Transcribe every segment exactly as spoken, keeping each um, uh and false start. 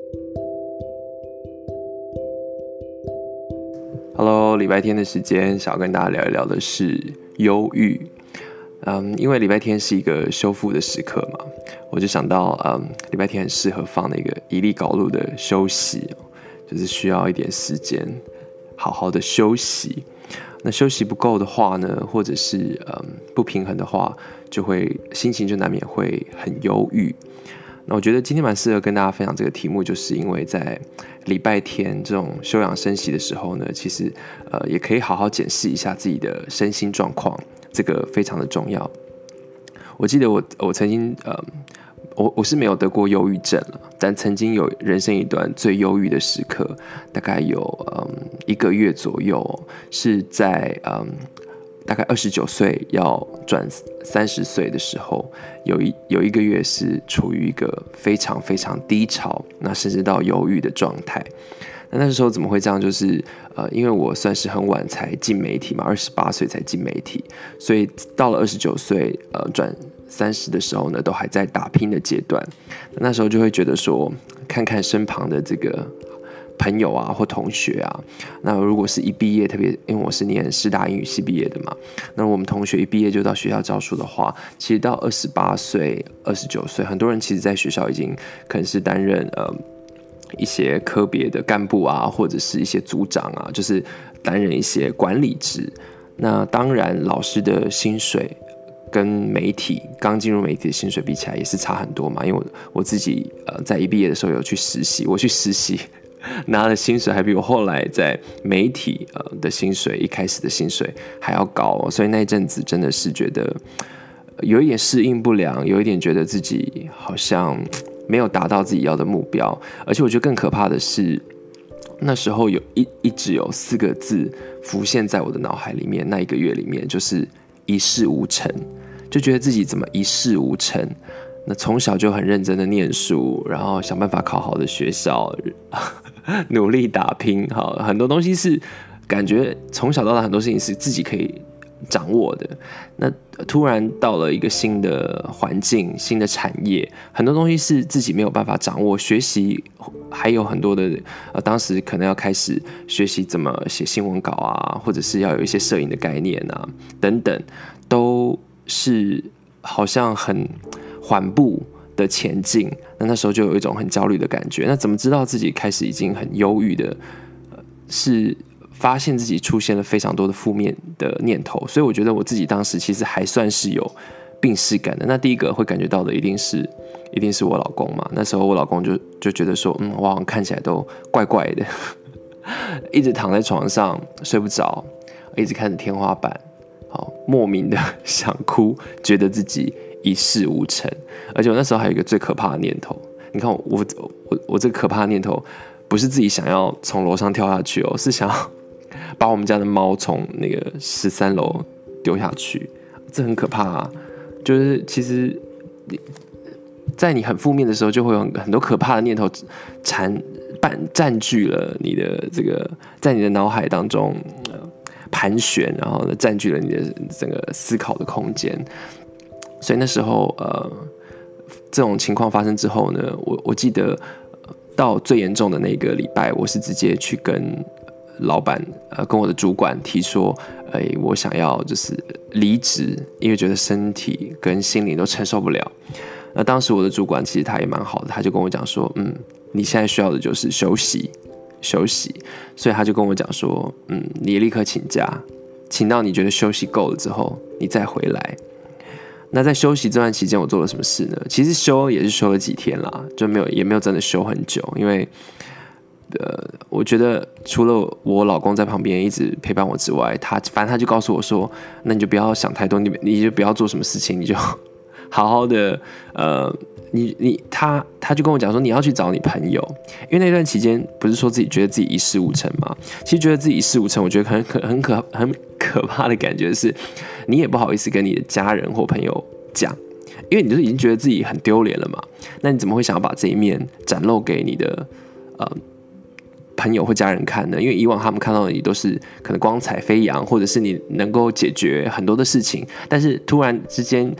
Hello， 礼拜天的时间，想要跟大家聊一聊的是忧郁。嗯，因为礼拜天是一个修复的时刻嘛，我就想到，嗯，礼拜天很适合放那个一粒搞路的休息，就是需要一点时间好好的休息。那休息不够的话呢，或者是嗯不平衡的话，就会心情就难免会很忧郁。那我觉得今天蛮适合跟大家分享这个题目，就是因为在礼拜天这种休养生息的时候呢，其实呃也可以好好检视一下自己的身心状况，这个非常的重要。我记得我我曾经呃我我是没有得过忧郁症了，但曾经有人生一段最忧郁的时刻，大概有嗯一个月左右，是在嗯。大概二十九岁要转三十岁的时候，有一有一个月是处于一个非常非常低潮，那甚至到忧郁的状态。那那时候怎么会这样？就是呃，因为我算是很晚才进媒体嘛，二十八岁才进媒体，所以到了二十九岁呃转三十的时候呢，都还在打拼的阶段。那时候就会觉得说，看看身旁的这个朋友啊或同学啊，那如果是一毕业，特别因为我是念师大英语系毕业的嘛，那我们同学一毕业就到学校教书的话，其实到二十八岁、二十九岁，很多人其实在学校已经可能是担任呃一些科别的干部啊，或者是一些组长啊，就是担任一些管理职。那当然，老师的薪水跟媒体刚进入媒体的薪水比起来也是差很多嘛，因为 我, 我自己呃在一毕业的时候有去实习，我去实习。拿的薪水还比我后来在媒体的薪水一开始的薪水还要高，哦，所以那一阵子真的是觉得有一点适应不良，有一点觉得自己好像没有达到自己要的目标，而且我觉得更可怕的是，那时候有 一, 一直有四个字浮现在我的脑海里面，那一个月里面就是一事无成，就觉得自己怎么一事无成。那从小就很认真的念书，然后想办法考好的学校，努力打拼，好，很多东西是感觉从小到大很多事情是自己可以掌握的。那突然到了一个新的环境、新的产业，很多东西是自己没有办法掌握。学习还有很多的，呃，当时可能要开始学习怎么写新闻稿啊，或者是要有一些摄影的概念啊，等等，都是好像很缓步的前进，那那时候就有一种很焦虑的感觉。那怎么知道自己开始已经很忧郁的？呃，是发现自己出现了非常多的负面的念头，所以我觉得我自己当时其实还算是有病识感的。那第一个会感觉到的一定是，一定是我老公嘛。那时候我老公就就觉得说，嗯，我好像看起来都怪怪的，一直躺在床上睡不着，一直看着天花板，好，莫名的想哭，觉得自己一事无成。而且我那时候还有一个最可怕的念头，你看我我我我这个可怕的念头，不是自己想要从楼上跳下去哦，是想要把我们家的猫从那个十三楼丢下去，这很可怕啊！就是其实在你很负面的时候，就会有很多可怕的念头缠占据了你的这个，在你的脑海当中盘旋，然后呢占据了你的整个思考的空间。所以那时候，呃，这种情况发生之后呢，我我记得到最严重的那个礼拜，我是直接去跟老板，呃，跟我的主管提说，哎，我想要就是离职，因为觉得身体跟心灵都承受不了。那当时我的主管其实他也蛮好的，他就跟我讲说，嗯，你现在需要的就是休息，休息。所以他就跟我讲说，嗯，你立刻请假，请到你觉得休息够了之后，你再回来。那在休息这段期间，我做了什么事呢？其实休也是休了几天啦，就没有也没有真的休很久，因为，呃，我觉得除了我老公在旁边一直陪伴我之外，他反正他就告诉我说，那你就不要想太多，你你就不要做什么事情，你就好好的，呃，你你他他就跟我讲说，你要去找你朋友，因为那段期间不是说自己觉得自己一事无成嘛，其实觉得自己一事无成，我觉得很可很可很可怕的感觉是，你也不好意思跟你的家人或朋友讲，因为你就是已经觉得自己很丢脸了嘛，那你怎么会想要把这一面展露给你的呃朋友或家人看呢？因为以往他们看到的你都是可能光彩飞扬，或者是你能够解决很多的事情，但是突然之间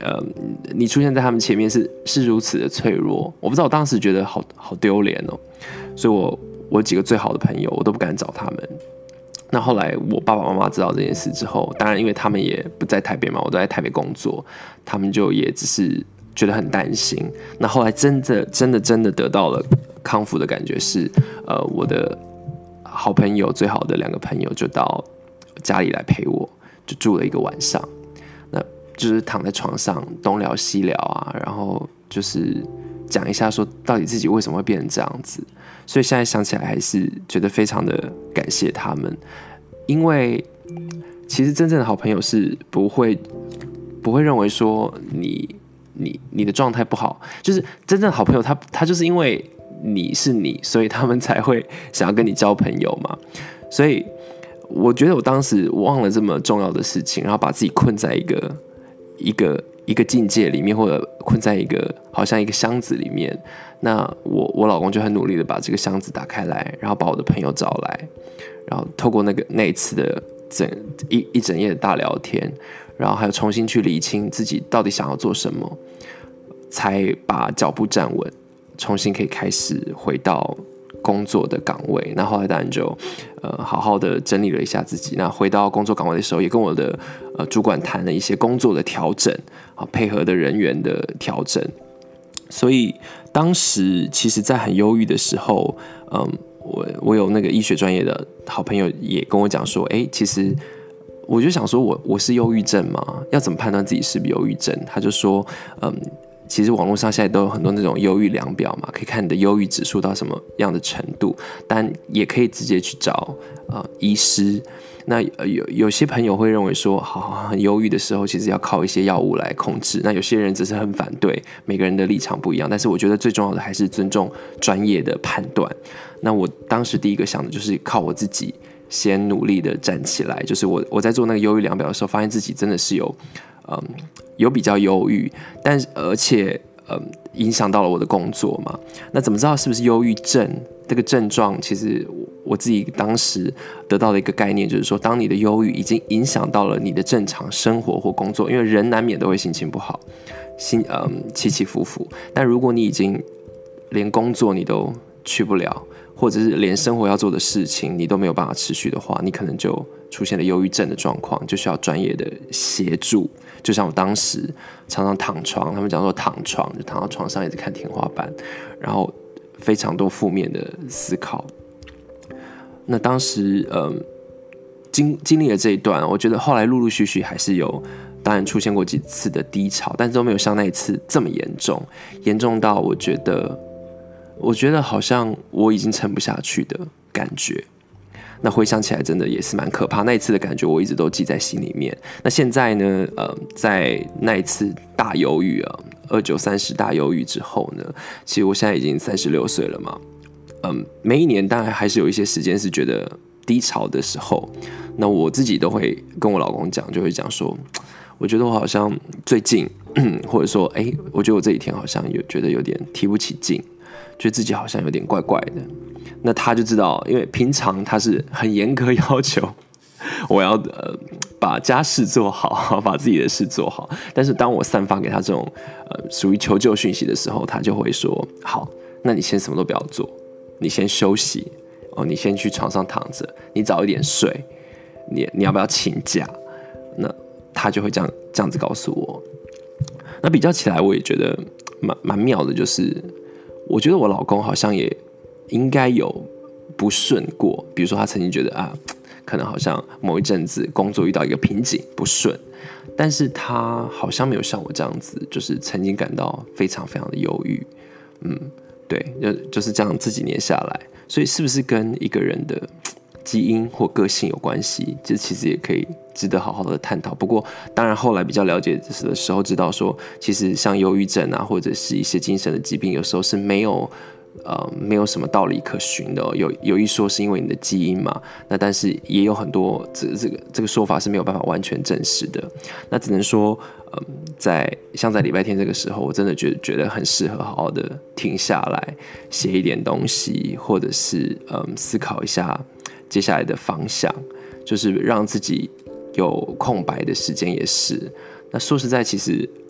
呃，你出现在他们前面是是如此的脆弱，我不知道，我当时觉得好好丢脸哦，所以我我有几个最好的朋友，我都不敢找他们。那后来我爸爸妈妈知道这件事之后，当然因为他们也不在台北嘛，我都在台北工作，他们就也只是觉得很担心。那后来真的真的真的得到了康复的感觉是，呃，我的好朋友最好的两个朋友就到家里来陪我，就住了一个晚上。那就是躺在床上东聊西聊啊，然后就是讲一下说到底自己为什么会变成这样子。所以现在想起来还是觉得非常的感谢他们，因为其实真正的好朋友是不会不会认为说你你你的状态不好，就是真正的好朋友他他就是因为你是你，所以他们才会想要跟你交朋友嘛。所以我觉得我当时忘了这么重要的事情，然后把自己困在一个一个一个境界里面，或者困在一个好像一个箱子里面。那我我老公就很努力的把这个箱子打开来，然后把我的朋友找来，然后透过那个那一次的整一一整夜的大聊天，然后还有重新去理清自己到底想要做什么，才把脚步站稳，重新可以开始回到工作的岗位。那后来当然就呃好好的整理了一下自己。那回到工作岗位的时候，也跟我的呃主管谈了一些工作的调整啊，配合的人员的调整。所以当时其实在很忧郁的时候，嗯，我我有那个医学专业的好朋友也跟我讲说，哎，其实我就想说我我是忧郁症吗？要怎么判断自己是不是忧郁症？他就说，嗯。其实网络上现在都有很多那种忧郁量表嘛，可以看你的忧郁指数到什么样的程度，但也可以直接去找呃医师。那有有些朋友会认为说，好好很忧郁的时候，其实要靠一些药物来控制。那有些人只是很反对，每个人的立场不一样。但是我觉得最重要的还是尊重专业的判断。那我当时第一个想的就是靠我自己先努力的站起来。就是我我在做那个忧郁量表的时候，发现自己真的是有嗯。有比较忧郁，但而且呃影响到了我的工作嘛。那怎么知道是不是忧郁症？这个症状其实我自己当时得到的一个概念就是说，当你的忧郁已经影响到了你的正常生活或工作，因为人难免都会心情不好，心呃起起伏伏。但如果你已经连工作你都去不了，或者是连生活要做的事情你都没有办法持续的话，你可能就出现了忧郁症的状况，就需要专业的协助。就像我当时常常躺床，他们讲说躺床，就躺到床上一直看天花板，然后非常多负面的思考。那当时呃经经历了这一段，我觉得后来陆陆续续还是有，当然出现过几次的低潮，但是都没有像那一次这么严重，严重到我觉得，我觉得好像我已经撑不下去的感觉。那回想起来真的也是蛮可怕，那一次的感觉我一直都记在心里面。那现在呢，呃，在那一次大忧郁啊，二九三十大忧郁之后呢，其实我现在已经三十六岁了嘛，嗯，每一年当然还是有一些时间是觉得低潮的时候，那我自己都会跟我老公讲，就会讲说，我觉得我好像最近，或者说，哎，我觉得我这几天好像有觉得有点提不起劲，觉得自己好像有点怪怪的。那他就知道，因为平常他是很严格要求我要呃把家事做好，把自己的事做好。但是当我散发给他这种呃属于求救讯息的时候，他就会说：好，那你先什么都不要做，你先休息哦，你先去床上躺着，你早一点睡，你你要不要请假？那他就会这样这样子告诉我。那比较起来，我也觉得蛮蛮妙的，就是我觉得我老公好像也应该有不顺过，比如说他曾经觉得啊，可能好像某一阵子工作遇到一个瓶颈不顺，但是他好像没有像我这样子，就是曾经感到非常非常的忧郁，嗯，对，就就是这样这几年下来，所以是不是跟一个人的基因或个性有关系？这其实也可以值得好好的探讨。不过，当然后来比较了解的时候，知道说，其实像忧郁症啊，或者是一些精神的疾病，有时候是没有。呃，没有什么道理可循的、哦，有有一说是因为你的基因嘛，那但是也有很多这这个这个说法是没有办法完全证实的。那只能说，嗯、呃，在像在礼拜天这个时候，我真的觉得觉得很适合好好的停下来，写一点东西，或者是嗯、呃、思考一下接下来的方向，就是让自己有空白的时间也是。那说实在，其实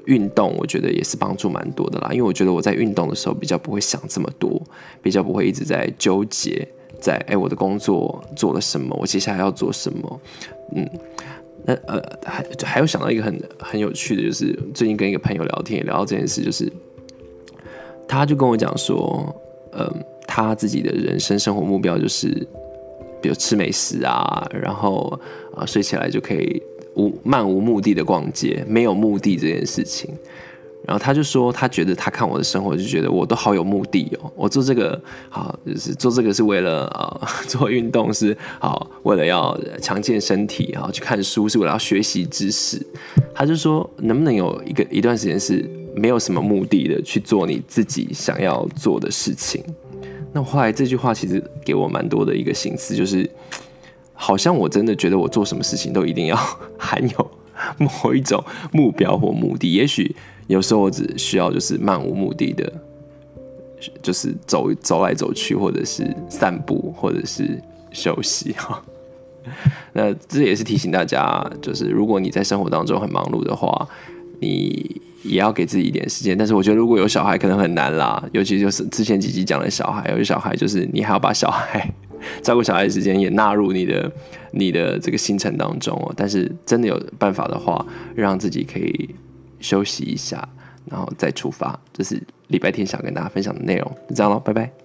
运动我觉得也是帮助蛮多的啦，因为我觉得我在运动的时候比较不会想这么多，比较不会一直在纠结在哎我的工作做了什么，我接下来要做什么。嗯，那呃还还有想到一个很很有趣的，就是最近跟一个朋友聊天也聊到这件事，就是他就跟我讲说，嗯、呃，他自己的人生生活目标就是，比如吃美食啊，然后啊、呃、睡起来就可以无漫无目的的逛街，没有目的这件事情。然后他就说，他觉得他看我的生活，就觉得我都好有目的哦。我做这个好，就是做这个是为了呃做运动是好，为了要强健身体，然后去看书是为了要学习知识。他就说，能不能有一个一段时间是没有什么目的的去做你自己想要做的事情？那我后来这句话其实给我蛮多的一个心思，就是好像我真的觉得我做什么事情都一定要含有某一种目标或目的，也许有时候我只需要就是漫无目的的，就是走走来走去，或者是散步，或者是休息哈。那这也是提醒大家，就是如果你在生活当中很忙碌的话，你也要给自己一点时间。但是我觉得如果有小孩可能很难啦，尤其就是之前几集讲的小孩，有小孩就是你还要把小孩照顾小孩的时间也纳入你的你的这个行程当中哦。但是真的有办法的话，让自己可以休息一下，然后再出发。这是礼拜天想跟大家分享的内容，就这样咯，拜拜。